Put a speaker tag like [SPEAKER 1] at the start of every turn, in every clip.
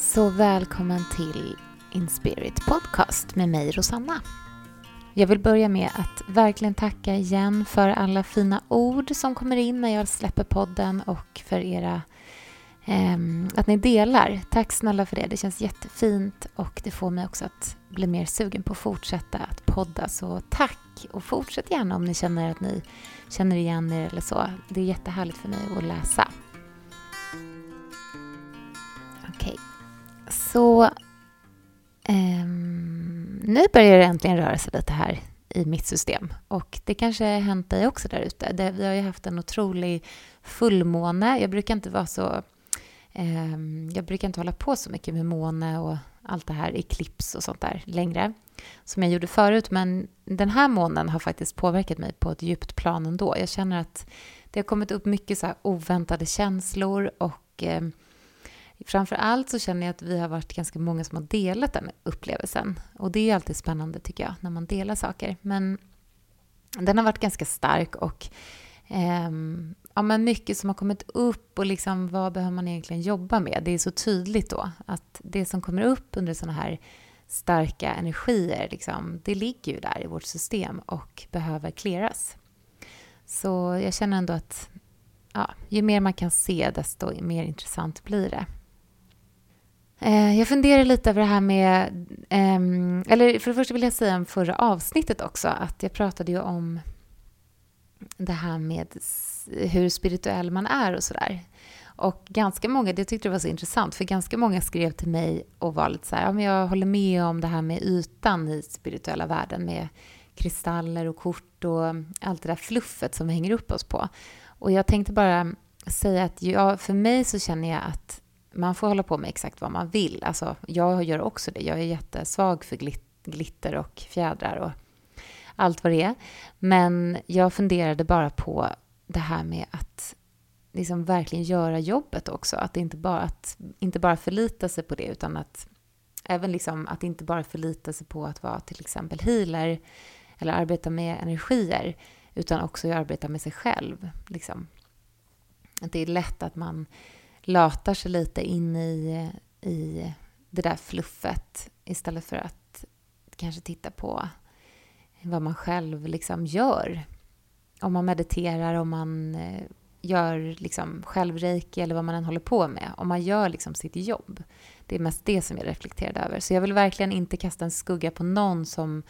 [SPEAKER 1] Så välkommen till Inspirit Podcast med mig Rosanna. Jag vill börja med att verkligen tacka igen för alla fina ord som kommer in när jag släpper podden och för era att ni delar. Tack snälla för det, det känns jättefint och det får mig också att bli mer sugen på att fortsätta att podda. Så tack och fortsätt gärna om ni känner att ni känner igen er eller så. Det är jättehärligt för mig att läsa. Okej. Så nu börjar det äntligen röra sig lite här i mitt system. Och det kanske har hänt dig också där ute. Vi har ju haft en otrolig fullmåne. Jag brukar inte hålla på så mycket med måne och allt det här, eklips och sånt där längre. Som jag gjorde förut. Men den här månen har faktiskt påverkat mig på ett djupt plan ändå. Jag känner att det har kommit upp mycket så här oväntade känslor och framför allt så känner jag att vi har varit ganska många som har delat den upplevelsen. Och det är ju alltid spännande tycker jag när man delar saker. Men den har varit ganska stark och men mycket som har kommit upp och liksom vad behöver man egentligen jobba med. Det är så tydligt då att det som kommer upp under sådana här starka energier, liksom, det ligger ju där i vårt system och behöver clearas. Så jag känner ändå att ju mer man kan se desto mer intressant blir det. Jag funderar lite över det här med, eller för det första vill jag säga om förra avsnittet också, att jag pratade ju om det här med hur spirituell man är och sådär. Och ganska många, det tyckte jag var så intressant, för ganska många skrev till mig och var lite så här, men jag håller med om det här med ytan i spirituella världen med kristaller och kort och allt det där fluffet som vi hänger upp oss på. Och jag tänkte bara säga att för mig så känner jag att man får hålla på med exakt vad man vill. Alltså, jag gör också det. Jag är jättesvag för glitter och fjädrar och allt vad det är. Men jag funderade bara på det här med att liksom verkligen göra jobbet också. Att inte bara förlita sig på det, utan att även liksom att inte bara förlita sig på att vara till exempel healer eller arbeta med energier, utan också arbeta med sig själv. Liksom. Att det är lätt att man latar sig lite in i det där fluffet istället för att kanske titta på vad man själv liksom gör. Om man mediterar, om man gör liksom självreiki eller vad man än håller på med. Om man gör liksom sitt jobb. Det är mest det som jag reflekterade över. Så jag vill verkligen inte kasta en skugga på någon som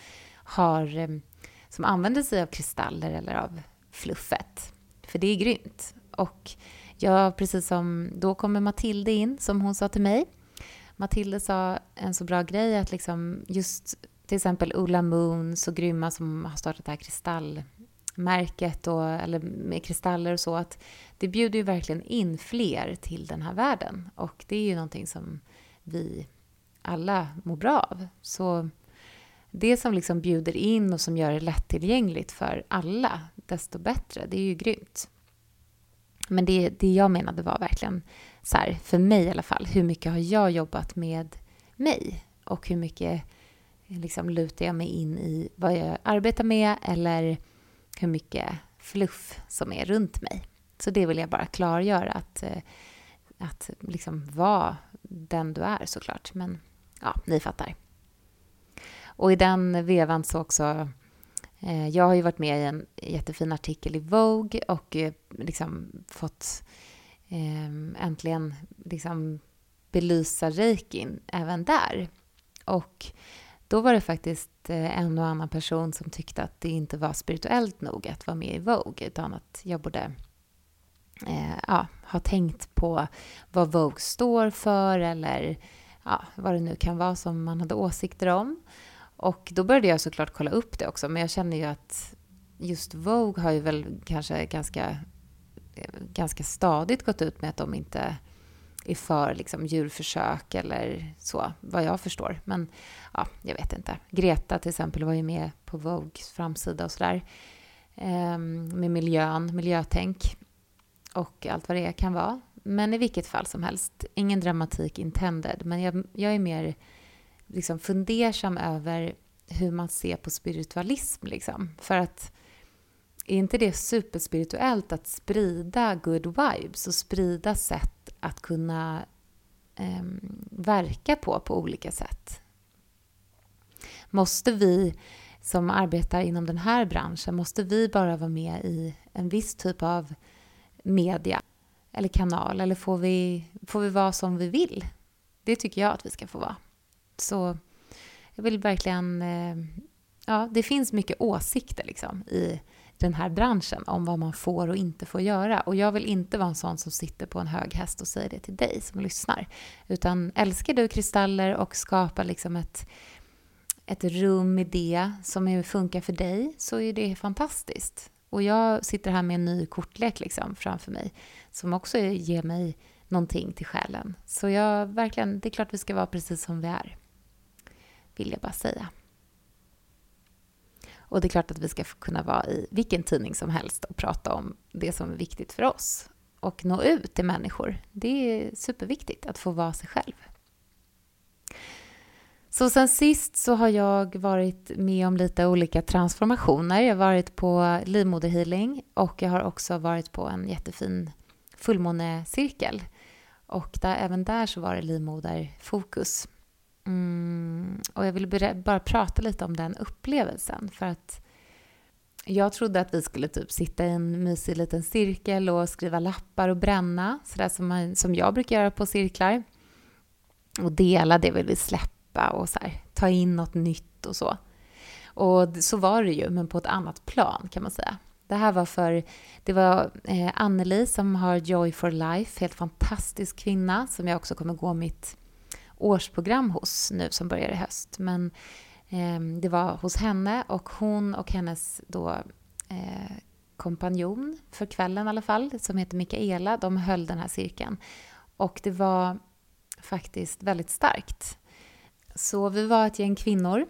[SPEAKER 1] använder sig av kristaller eller av fluffet. För det är grymt. Och precis som då kommer Matilde in, som hon sa till mig. Matilde sa en så bra grej att liksom just till exempel Ulla Moon, så grymma, som har startat det här kristallmärket eller med kristaller och så, att det bjuder ju verkligen in fler till den här världen. Och det är ju någonting som vi alla mår bra av. Så det som liksom bjuder in och som gör det lättillgängligt för alla, desto bättre. Det är ju grymt. Men det jag menade var verkligen så här, för mig i alla fall, hur mycket har jag jobbat med mig? Och hur mycket liksom lutar jag mig in i vad jag arbetar med, eller hur mycket fluff som är runt mig. Så det vill jag bara klargöra, att liksom vara den du är såklart. Men ja, ni fattar. Och i den vevan så också, jag har ju varit med i en jättefin artikel i Vogue och liksom fått äntligen liksom belysa reikin även där. Och då var det faktiskt en och annan person som tyckte att det inte var spirituellt nog att vara med i Vogue, utan att jag borde ha tänkt på vad Vogue står för, eller vad det nu kan vara som man hade åsikter om. Och då började jag såklart kolla upp det också, men jag känner ju att just Vogue har ju väl kanske ganska stadigt gått ut med att de inte är för liksom djurförsök eller så, vad jag förstår. Men jag vet inte. Greta till exempel var ju med på Vogues framsida och sådär, med miljötänk och allt vad det kan vara. Men i vilket fall som helst, ingen dramatik intended, men jag är mer liksom fundersam över hur man ser på spiritualism. Liksom. För att är inte det superspirituellt att sprida good vibes och sprida sätt att kunna verka på olika sätt. Måste vi som arbetar inom den här branschen, måste vi bara vara med i en viss typ av media eller kanal, eller får vi vara som vi vill? Det tycker jag att vi ska få vara. Så jag vill verkligen, det finns mycket åsikter liksom i den här branschen om vad man får och inte får göra. Och jag vill inte vara en sån som sitter på en hög häst och säger det till dig som lyssnar. Utan älskar du kristaller och skapar liksom ett rum i det som funkar för dig, så är det fantastiskt. Och jag sitter här med en ny kortlek liksom framför mig som också ger mig någonting till själen. Så det är klart vi ska vara precis som vi är. Vill jag bara säga. Och det är klart att vi ska kunna vara i vilken tidning som helst och prata om det som är viktigt för oss. Och nå ut till människor. Det är superviktigt att få vara sig själv. Så sen sist så har jag varit med om lite olika transformationer. Jag har varit på livmoderhealing och jag har också varit på en jättefin fullmånecirkel. Och även där så var det livmoderfokus. Och jag vill bara prata lite om den upplevelsen. För att jag trodde att vi skulle typ sitta i en mysig liten cirkel och skriva lappar och bränna. Sådär som jag brukar göra på cirklar. Och dela det vill vi släppa och så här, ta in något nytt och så. Och så var det ju, men på ett annat plan kan man säga. Det var Anneli som har Joy for Life, helt fantastisk kvinna som jag också kommer gå mitt årsprogram hos nu som börjar i höst. Men det var hos henne och hon och hennes då kompanjon för kvällen i alla fall, som heter Mikaela, de höll den här cirkeln. Och det var faktiskt väldigt starkt. Så vi var ett gäng kvinnor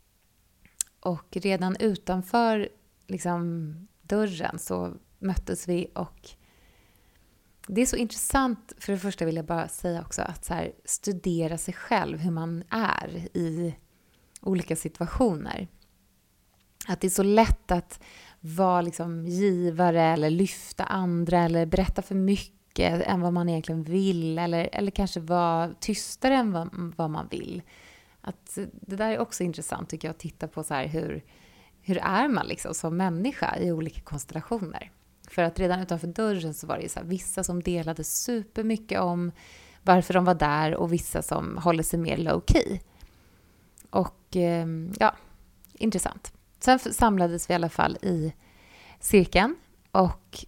[SPEAKER 1] och redan utanför liksom dörren så möttes vi, och det är så intressant. För det första vill jag bara säga också att så här, studera sig själv, hur man är i olika situationer. Att det är så lätt att vara liksom givare eller lyfta andra eller berätta för mycket än vad man egentligen vill, eller kanske vara tystare än vad man vill. Att det där är också intressant tycker jag, att titta på så här, hur är man liksom som människa i olika konstellationer. För att redan utanför dörren så var det så här, vissa som delade supermycket om varför de var där och vissa som håller sig mer low key. Och intressant. Sen samlades vi i alla fall i cirkeln och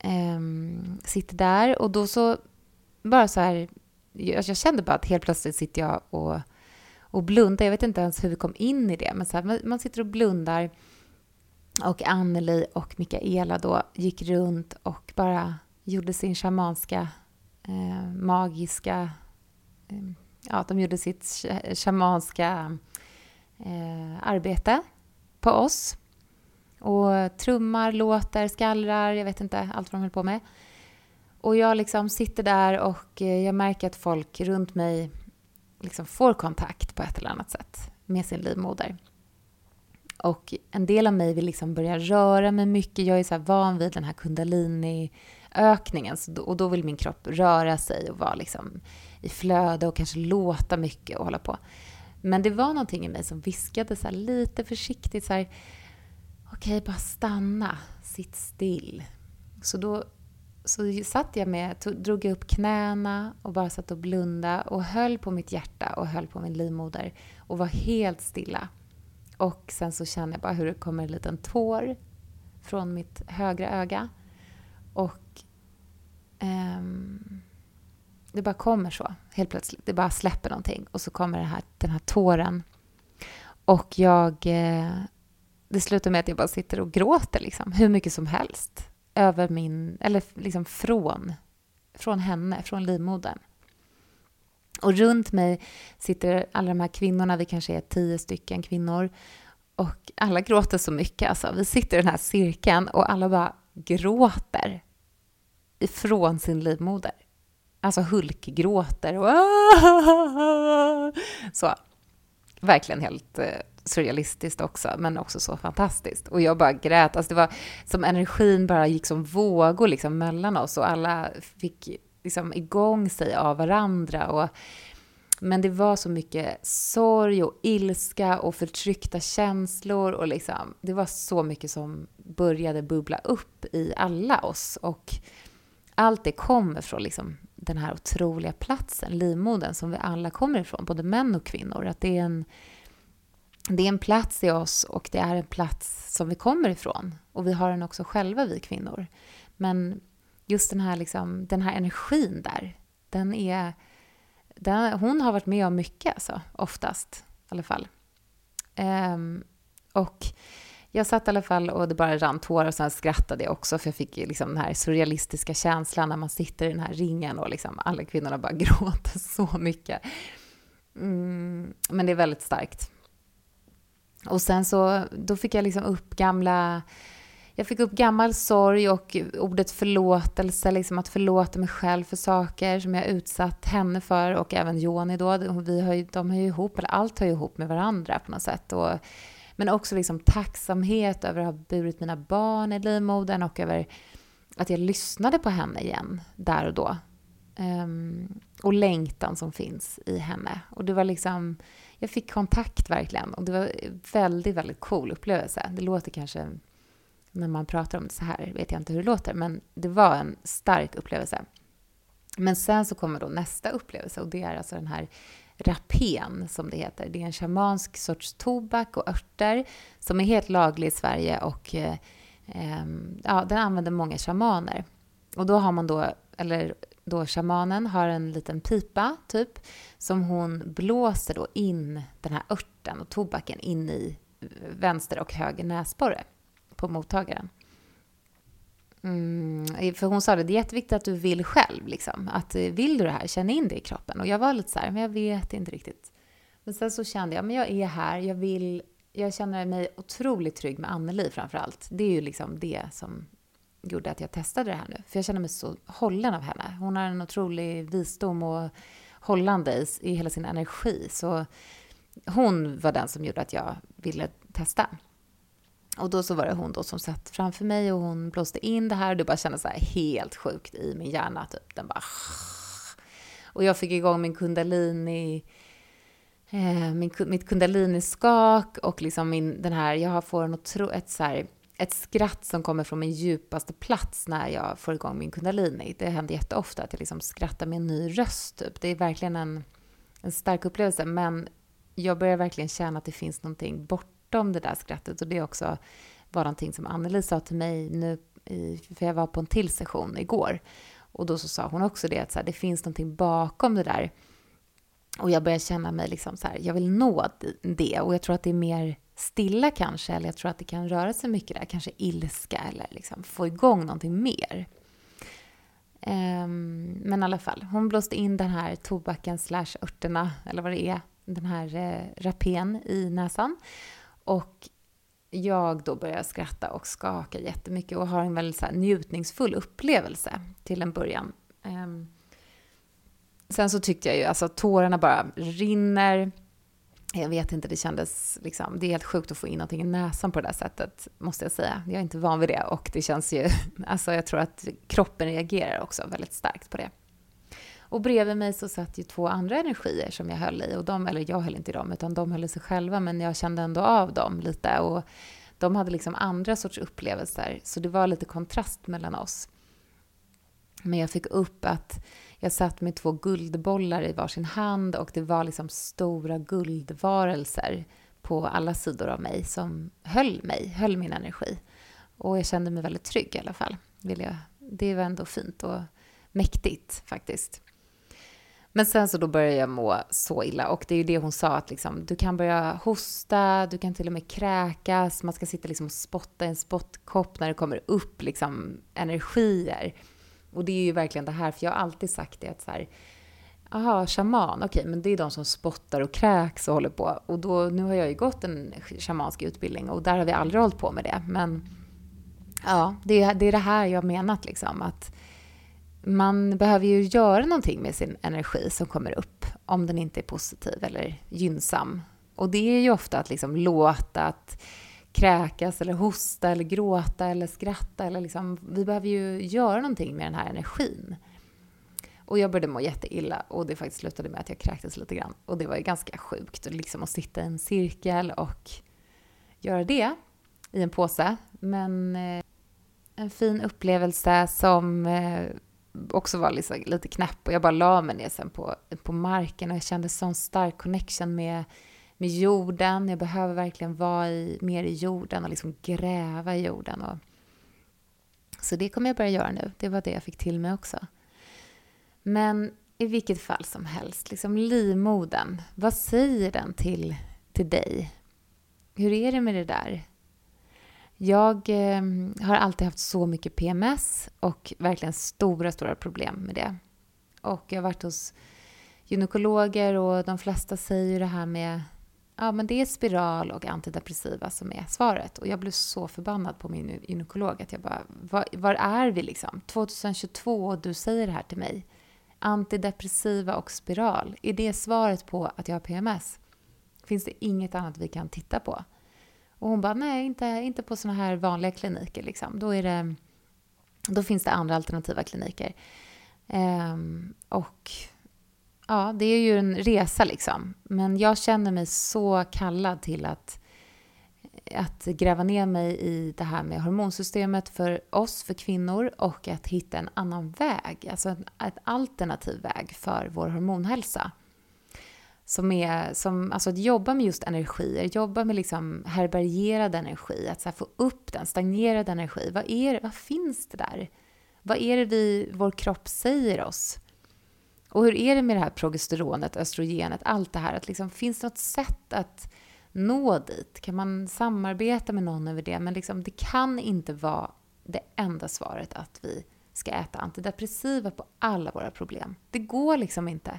[SPEAKER 1] sitter där, och då så bara så här, jag kände bara att helt plötsligt sitter jag och blundar. Jag vet inte ens hur vi kom in i det, men så här, man sitter och blundar. Och Anneli och Mikaela då gick runt och bara gjorde sin shamanska, magiska, de gjorde sitt shamanska arbete på oss. Och trummar, låter, skallrar, jag vet inte allt vad de höll på med. Och jag liksom sitter där och jag märker att folk runt mig liksom får kontakt på ett eller annat sätt med sin livmoder. Och en del av mig vill liksom börja röra mig mycket. Jag är så här van vid den här kundalini-ökningen. Och då vill min kropp röra sig och vara liksom i flöde och kanske låta mycket och hålla på. Men det var någonting i mig som viskade så här lite försiktigt så här: okej, bara stanna, sitt still. Så satt jag drog upp knäna och bara satt och blunda och höll på mitt hjärta och höll på min livmoder och var helt stilla. Och sen så känner jag bara hur det kommer en liten tår från mitt högra öga. Och det bara kommer så, helt plötsligt. Det bara släpper någonting. Och så kommer den här tåren. Och det slutar med att jag bara sitter och gråter liksom. Hur mycket som helst. Liksom från henne, från livmodern. Och runt mig sitter alla de här kvinnorna, vi kanske är 10 stycken kvinnor. Och alla gråter så mycket. Alltså, vi sitter i den här cirkeln och alla bara gråter ifrån sin livmoder. Alltså hulkgråter. Så, verkligen helt surrealistiskt också, men också så fantastiskt. Och jag bara grät. Alltså det var som energin bara gick som vågor liksom mellan oss och alla fick liksom igång sig av varandra. Men det var så mycket sorg och ilska och förtryckta känslor. Och liksom, det var så mycket som började bubbla upp i alla oss. Och allt det kommer från liksom den här otroliga platsen, livmodern, som vi alla kommer ifrån, både män och kvinnor. Att det är en plats i oss och det är en plats som vi kommer ifrån. Och vi har den också själva, vi kvinnor. Men just den här energin där, hon har varit med om mycket, alltså, oftast i alla fall. Och jag satt i alla fall och det bara rann tårar och sen skrattade jag också, för jag fick liksom den här surrealistiska känslan när man sitter i den här ringen och liksom alla kvinnorna bara gråter så mycket. Men det är väldigt starkt. Och sen så, då fick jag liksom upp gammal sorg och ordet förlåtelse, liksom att förlåta mig själv för saker som jag utsatt henne för, och även Joni då. De hör ju ihop, eller allt hör ju ihop med varandra på något sätt. Men också liksom tacksamhet över att ha burit mina barn i livmodern och över att jag lyssnade på henne igen där och då. Och längtan som finns i henne. Och det var liksom, jag fick kontakt verkligen. Och det var väldigt, väldigt cool upplevelse. Det låter kanske, när man pratar om det så här, vet jag inte hur det låter. Men det var en stark upplevelse. Men sen så kommer då nästa upplevelse. Och det är alltså den här rapen, som det heter. Det är en shamansk sorts tobak och örter som är helt laglig i Sverige. Och den använder många shamaner. Och då har man då shamanen har en liten pipa typ, som hon blåser då in den här örten och tobaken in i vänster och höger näsborre på mottagaren. För hon sa det är jätteviktigt att du vill själv liksom, att vill du det här, känn in det i kroppen. Och jag var lite så här, men jag vet inte riktigt. Men sen så kände jag, men jag är här, jag känner mig otroligt trygg med Anneli framförallt. Det är ju liksom det som gjorde att jag testade det här nu. För jag känner mig så hållen av henne. Hon har en otrolig visdom och hållande i hela sin energi. Så hon var den som gjorde att jag ville testa. Och då så var det hon då som satt framför mig och hon blåste in det här. Och det bara kändes så här helt sjukt i min hjärna. Typ. Den bara... Och jag fick igång min kundalini... mitt kundaliniskak och liksom jag får ett skratt som kommer från min djupaste plats när jag får igång min kundalini. Det händer jätteofta att jag liksom skrattar med en ny röst. Typ. Det är verkligen en stark upplevelse, men jag börjar verkligen känna att det finns någonting bortom det där skrattet. Och det också var någonting som Anneli sa till mig nu, för jag var på en till session igår. Och då så sa hon också det, att så här, det finns någonting bakom det där. Och jag börjar känna mig liksom så här, jag vill nå det. Och jag tror att det är mer stilla kanske, eller jag tror att det kan röra sig mycket där, kanske ilska eller liksom få igång någonting mer. Men i alla fall, hon blåste in den här tobaken / örterna, eller vad det är, den här rapen i näsan. Och jag då börjar skratta och skaka jättemycket och har en väldigt så här njutningsfull upplevelse till en början. Sen så tyckte jag ju, alltså tårarna bara rinner. Jag vet inte, det kändes liksom, det är helt sjukt att få in någonting i näsan på det där sättet, måste jag säga. Jag är inte van vid det och det känns ju, alltså jag tror att kroppen reagerar också väldigt starkt på det. Och bredvid mig så satt ju 2 andra energier som jag höll i, och jag höll inte i dem utan de höll i sig själva, men jag kände ändå av dem lite och de hade liksom andra sorts upplevelser, så det var lite kontrast mellan oss. Men jag fick upp att jag satt med 2 guldbollar i varsin hand och det var liksom stora guldvarelser på alla sidor av mig som höll min energi. Och jag kände mig väldigt trygg i alla fall. Det var ändå fint och mäktigt faktiskt. Men sen så då började jag må så illa, och det är ju det hon sa, att liksom, du kan börja hosta, du kan till och med kräkas, man ska sitta liksom och spotta i en spottkopp när det kommer upp liksom energier. Och det är ju verkligen det här, för jag har alltid sagt det, att så här, shaman, okej, men det är de som spottar och kräks och håller på. Och då, nu har jag ju gått en shamansk utbildning och där har vi aldrig hållit på med det. Men ja, det är det här jag har menat liksom, att man behöver ju göra någonting med sin energi som kommer upp, om den inte är positiv eller gynnsam. Och det är ju ofta att liksom låta, att kräkas eller hosta eller gråta eller skratta, eller liksom, vi behöver ju göra någonting med den här energin. Och jag började må jätteilla och det faktiskt slutade med att jag kräktes lite grann. Och det var ju ganska sjukt liksom att sitta i en cirkel och göra det i en påse. Men en fin upplevelse som också var liksom lite knäpp. Och jag bara la mig ner sen på marken och jag kände sån stark connection med jorden. Jag behöver verkligen vara mer i jorden och liksom gräva i jorden. Så det kommer jag börja göra nu. Det var det jag fick till mig också. Men i vilket fall som helst, liksom livmodern, vad säger den till dig? Hur är det med det där? Jag har alltid haft så mycket PMS och verkligen stora problem med det. Och jag har varit hos gynekologer och de flesta säger det här med men det är spiral och antidepressiva som är svaret. Och jag blev så förbannad på min gynekolog att jag bara, var är vi liksom? 2022 och du säger det här till mig. Antidepressiva och spiral. Är det svaret på att jag har PMS? Finns det inget annat vi kan titta på? Och hon bara, nej, inte på såna här vanliga kliniker. Liksom. Då finns det andra alternativa kliniker. Och ja, det är ju en resa liksom. Men jag känner mig så kallad till att gräva ner mig i det här med hormonsystemet för oss, för kvinnor. Och att hitta en annan väg. Alltså ett alternativ väg för vår hormonhälsa. Alltså att jobba med just energier, jobba med liksom härbärgerad energi, att så här få upp den, stagnerad energi. Vad finns det där? Vad är det vår kropp säger oss? Och hur är det med det här progesteronet, östrogenet, allt det här? Att liksom, finns det något sätt att nå dit? Kan man samarbeta med någon över det? Men liksom, det kan inte vara det enda svaret att vi ska äta antidepressiva på alla våra problem. Det går liksom inte.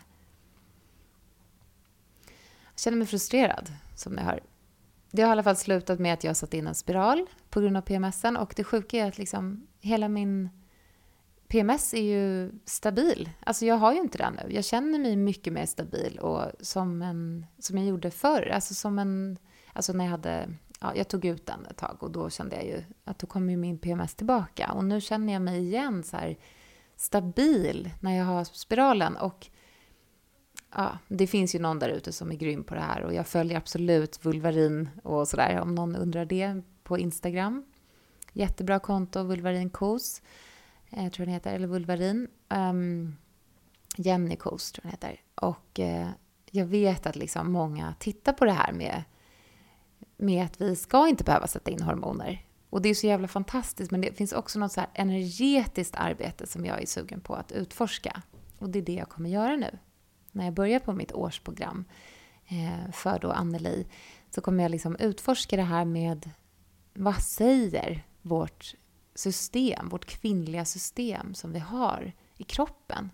[SPEAKER 1] Jag känner mig frustrerad, som ni hör. Det har i alla fall slutat med att jag satt in en spiral på grund av PMSen. Och det sjuka är att liksom hela min PMS är ju stabil. Alltså jag har ju inte den nu. Jag känner mig mycket mer stabil och som jag gjorde förr. Alltså när jag hade, jag tog ut den ett tag och då kände jag ju att då kommer min PMS tillbaka. Och nu känner jag mig igen så här stabil när jag har spiralen. Och ja, det finns ju någon där ute som är grym på det här och jag följer absolut Vulvarin och sådär om någon undrar det på Instagram. Jättebra konto, Vulvarin Kos, tror jag den heter, eller Vulvarin. Jenny Kos tror jag den heter. Och jag vet att liksom många tittar på det här med att vi ska inte behöva sätta in hormoner. Och det är så jävla fantastiskt, men det finns också något så här energetiskt arbete som jag är sugen på att utforska. Och det är det jag kommer göra nu. När jag börjar på mitt årsprogram för då Anneli så kommer jag liksom utforska det här med vad säger vårt system, vårt kvinnliga system som vi har i kroppen.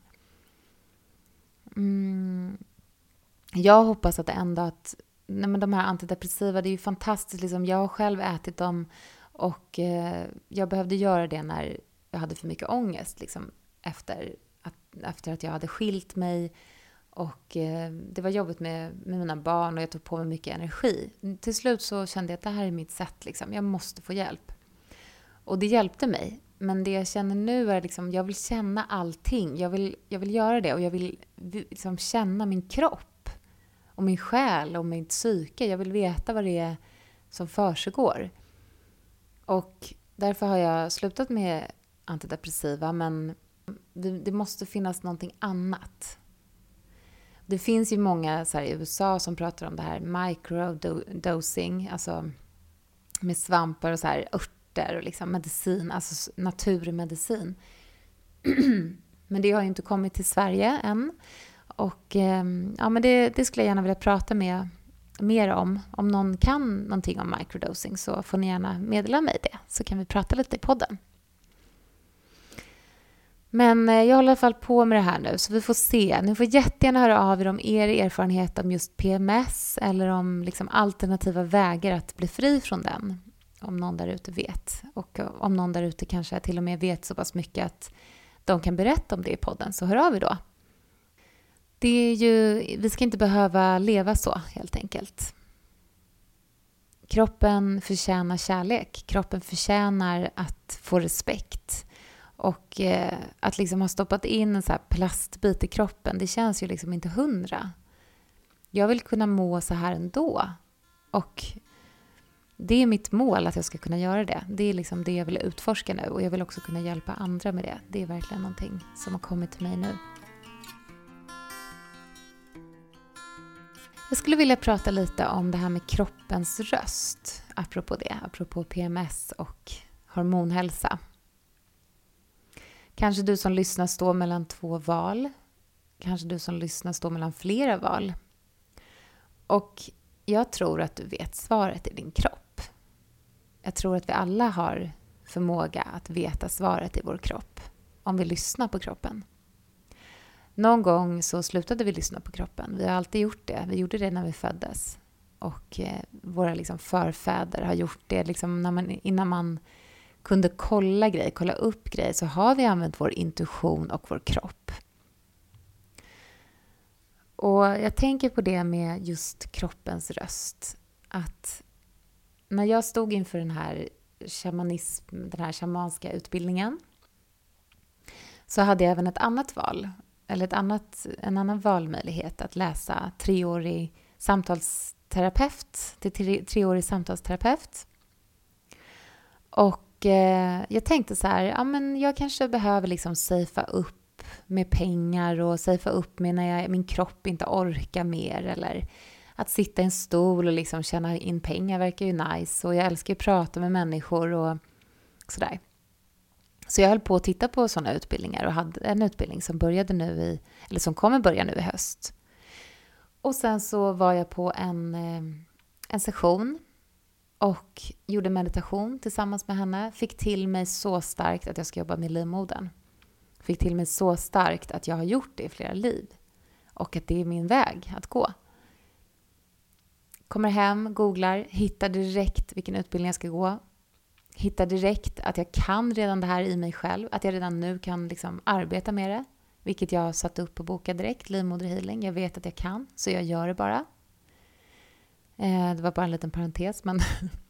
[SPEAKER 1] Jag hoppas att det ändå att men de här antidepressiva, det är ju fantastiskt. Liksom, jag har själv ätit dem och jag behövde göra det när jag hade för mycket ångest liksom, efter att jag hade skilt mig. Och det var jobbigt med mina barn och jag tog på mig mycket energi. Till slut så kände jag att det här är mitt sätt. Liksom. Jag måste få hjälp. Och det hjälpte mig. Men det jag känner nu är liksom, jag vill känna allting. Jag vill göra det och jag vill liksom känna min kropp. Och min själ och mitt psyke. Jag vill veta vad det är som försiggår. Och därför har jag slutat med antidepressiva. Men det måste finnas någonting annat. Det finns ju många så här, i USA som pratar om det här microdosing, alltså med svampar och så här, örter och liksom medicin, alltså naturmedicin. Men det har ju inte kommit till Sverige än. Och men det skulle jag gärna vilja prata mer om. Om någon kan någonting om microdosing så får ni gärna meddela mig det. Så kan vi prata lite i podden. Men jag håller i alla fall på med det här nu så vi får se. Ni får jättegärna höra av er om er erfarenhet om just PMS eller om liksom alternativa vägar att bli fri från den. Om någon där ute vet. Och om någon där ute kanske till och med vet så pass mycket att de kan berätta om det i podden så hör av er då. Det är ju, vi ska inte behöva leva så helt enkelt. Kroppen förtjänar kärlek. Kroppen förtjänar att få respekt. Och att liksom ha stoppat in en så här plastbit i kroppen, det känns ju liksom inte 100. Jag vill kunna må så här ändå. Och det är mitt mål att jag ska kunna göra det. Det är liksom det jag vill utforska nu. Och jag vill också kunna hjälpa andra med det. Det är verkligen någonting som har kommit till mig nu. Jag skulle vilja prata lite om det här med kroppens röst. Apropå det. Apropå PMS och hormonhälsa. Kanske du som lyssnar står mellan 2 val. Kanske du som lyssnar står mellan flera val. Och jag tror att du vet svaret i din kropp. Jag tror att vi alla har förmåga att veta svaret i vår kropp. Om vi lyssnar på kroppen. Någon gång så slutade vi lyssna på kroppen. Vi har alltid gjort det. Vi gjorde det när vi föddes. Och våra liksom förfäder har gjort det. Liksom innan man kunde kolla upp grejer, så har vi använt vår intuition och vår kropp. Och jag tänker på det med just kroppens röst. Att när jag stod inför den här shamanska utbildningen, så hade jag även ett annat val. Eller en annan valmöjlighet att läsa 3-årig samtalsterapeut till 3-årig samtalsterapeut. Och jag tänkte så här, ja men jag kanske behöver liksom safea upp med pengar och safea upp med när min kropp inte orkar mer, eller att sitta i en stol och liksom tjäna in pengar verkar ju nice, och jag älskar att prata med människor och sådär. Så jag höll på att titta på sådana utbildningar och hade en utbildning som som kommer börja nu i höst. Och sen så var jag på en session och gjorde meditation tillsammans med henne. Fick till mig så starkt att jag ska jobba med livmodern. Fick till mig så starkt att jag har gjort det i flera liv. Och att det är min väg att gå. Kommer hem, googlar, hittar direkt vilken utbildning jag ska gå. Hittar direkt att jag kan redan det här i mig själv. Att jag redan nu kan liksom arbeta med det. Vilket jag har satt upp och bokat direkt. Livmoderhealing. Jag vet att jag kan. Så jag gör det bara. Det var bara en liten parentes. Men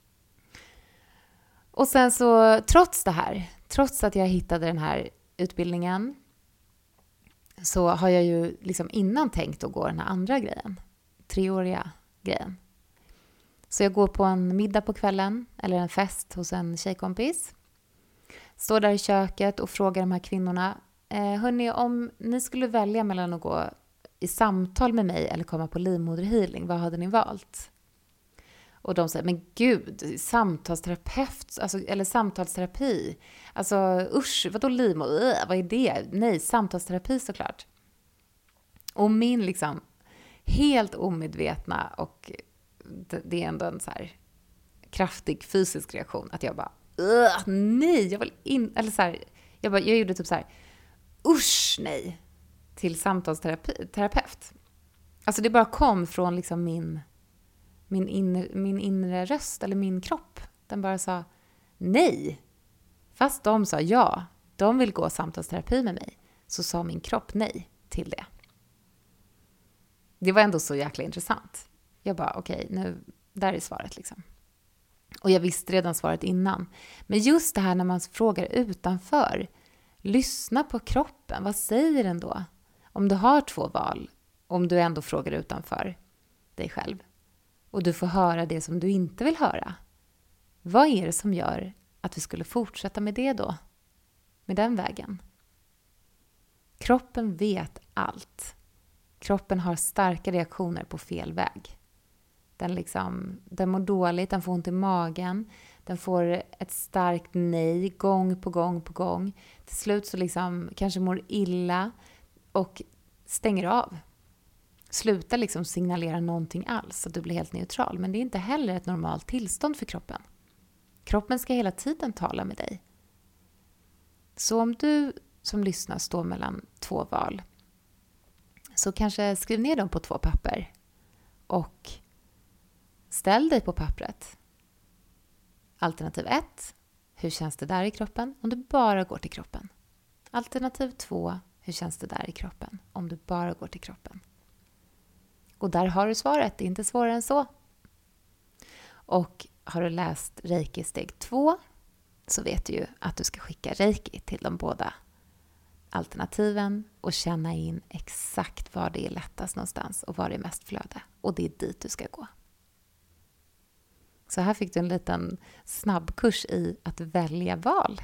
[SPEAKER 1] och sen så trots det här. Trots att jag hittade den här utbildningen. Så har jag ju liksom innan tänkt att gå den här andra grejen. 3-åriga grejen. Så jag går på en middag på kvällen, eller en fest hos en tjejkompis. Står där i köket och frågar de här kvinnorna, hörni, om ni skulle välja mellan att gå i samtal med mig eller komma på livmoderhealing, vad hade ni valt? Och de säger, men gud, samtalsterapeut, alltså, eller samtalsterapi. Alltså usch, vadå livmoder? Vad är det? Nej, samtalsterapi såklart. Och min liksom helt omedvetna, och det är ändå en så här kraftig fysisk reaktion, att jag bara nej, jag vill eller så här, jag gjorde typ så här usch nej till samtalsterapeut. Alltså det bara kom från liksom min inre röst, eller min kropp. Den bara sa nej. Fast de sa ja, de vill gå samtalsterapi med mig, så sa min kropp nej till det. Det var ändå så jäkla intressant. Jag bara, okej, nu, där är svaret liksom. Och jag visste redan svaret innan. Men just det här när man frågar utanför. Lyssna på kroppen. Vad säger den då? Om du har 2 val. Om du ändå frågar utanför dig själv. Och du får höra det som du inte vill höra. Vad är det som gör att vi skulle fortsätta med det då? Med den vägen. Kroppen vet allt. Kroppen har starka reaktioner på fel väg. Den mår dåligt, den får ont i magen. Den får ett starkt nej gång på gång på gång. Till slut så liksom kanske mår illa och stänger av. Slutar liksom signalera någonting alls, så att du blir helt neutral. Men det är inte heller ett normalt tillstånd för kroppen. Kroppen ska hela tiden tala med dig. Så om du som lyssnar står mellan 2 val, så kanske skriv ner dem på 2 papper. Och ställ dig på pappret. Alternativ 1. Hur känns det där i kroppen? Om du bara går till kroppen. Alternativ 2. Hur känns det där i kroppen? Om du bara går till kroppen. Och där har du svaret. Det är inte svårare än så. Och har du läst Reiki steg 2? så vet du ju att du ska skicka reiki till de båda alternativen och känna in exakt var det är lättast någonstans och var det är mest flöde. Och det är dit du ska gå. Så här fick du en liten snabbkurs i att välja val.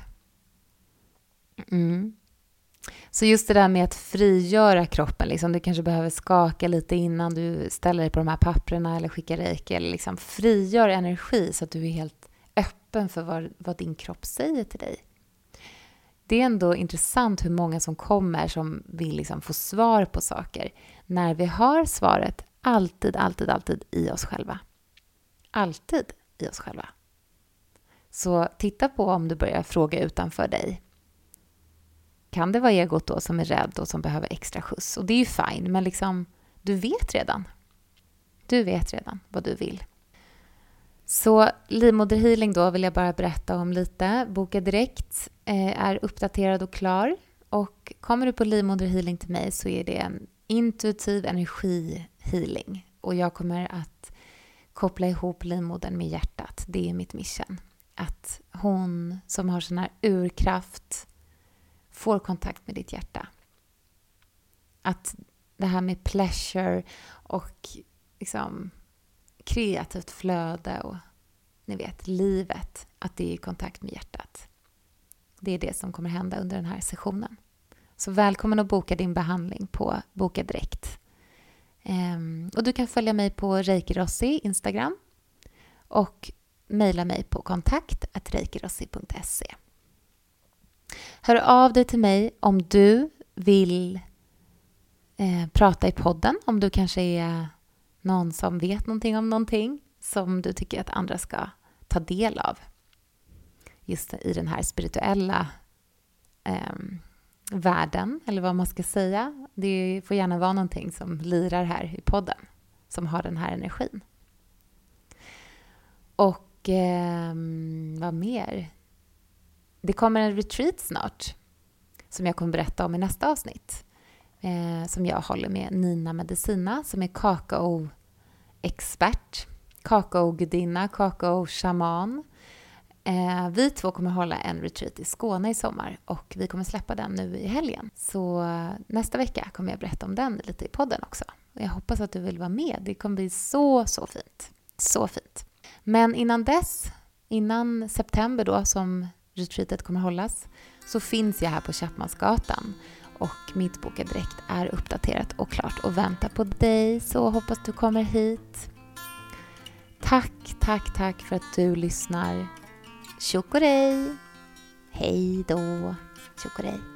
[SPEAKER 1] Så just det där med att frigöra kroppen, liksom, du kanske behöver skaka lite innan du ställer dig på de här papperna eller skickar reiki, eller liksom frigör energi så att du är helt öppen för vad din kropp säger till dig. Det är ändå intressant hur många som kommer som vill liksom få svar på saker när vi har svaret alltid i oss själva. Alltid i oss själva. Så titta på om du börjar fråga utanför dig. Kan det vara egot då som är rädd och som behöver extra skjuts? Och det är ju fine, men liksom, du vet redan. Du vet redan vad du vill. Så livmoderhealing då vill jag bara berätta om lite. Boka direkt, är uppdaterad och klar. Och kommer du på livmoderhealing till mig så är det en intuitiv energihealing. Och jag kommer att koppla ihop livmodern med hjärtat. Det är mitt mission. Att hon som har sån här urkraft får kontakt med ditt hjärta. Att det här med pleasure och liksom kreativt flöde och ni vet, livet, att det är i kontakt med hjärtat. Det är det som kommer hända under den här sessionen. Så välkommen att boka din behandling på Boka Direkt. Och du kan följa mig på Reiki Rossi Instagram och mejla mig på kontakt@reikirossi.se. Hör av dig till mig om du vill prata i podden, om du kanske är någon som vet någonting om någonting som du tycker att andra ska ta del av. Just i den här spirituella världen, eller vad man ska säga. Det får gärna vara någonting som lirar här i podden, som har den här energin. Och vad mer? Det kommer en retreat snart som jag kommer berätta om i nästa avsnitt. Som jag håller med Nina Medicina som är kakao-expert, kakao-gudinna, kakao-shaman. Vi två kommer hålla en retreat i Skåne i sommar och vi kommer släppa den nu i helgen. Så nästa vecka kommer jag berätta om den lite i podden också. Och jag hoppas att du vill vara med. Det kommer bli så fint. Så fint. Men innan dess, innan september då som retreatet kommer hållas, så finns jag här på Chapmansgatan. Och mitt Boka Direkt är uppdaterat och klart och väntar på dig. Så hoppas du kommer hit. Tack för att du lyssnar. Tjokorej! Hej då! Tjokorej!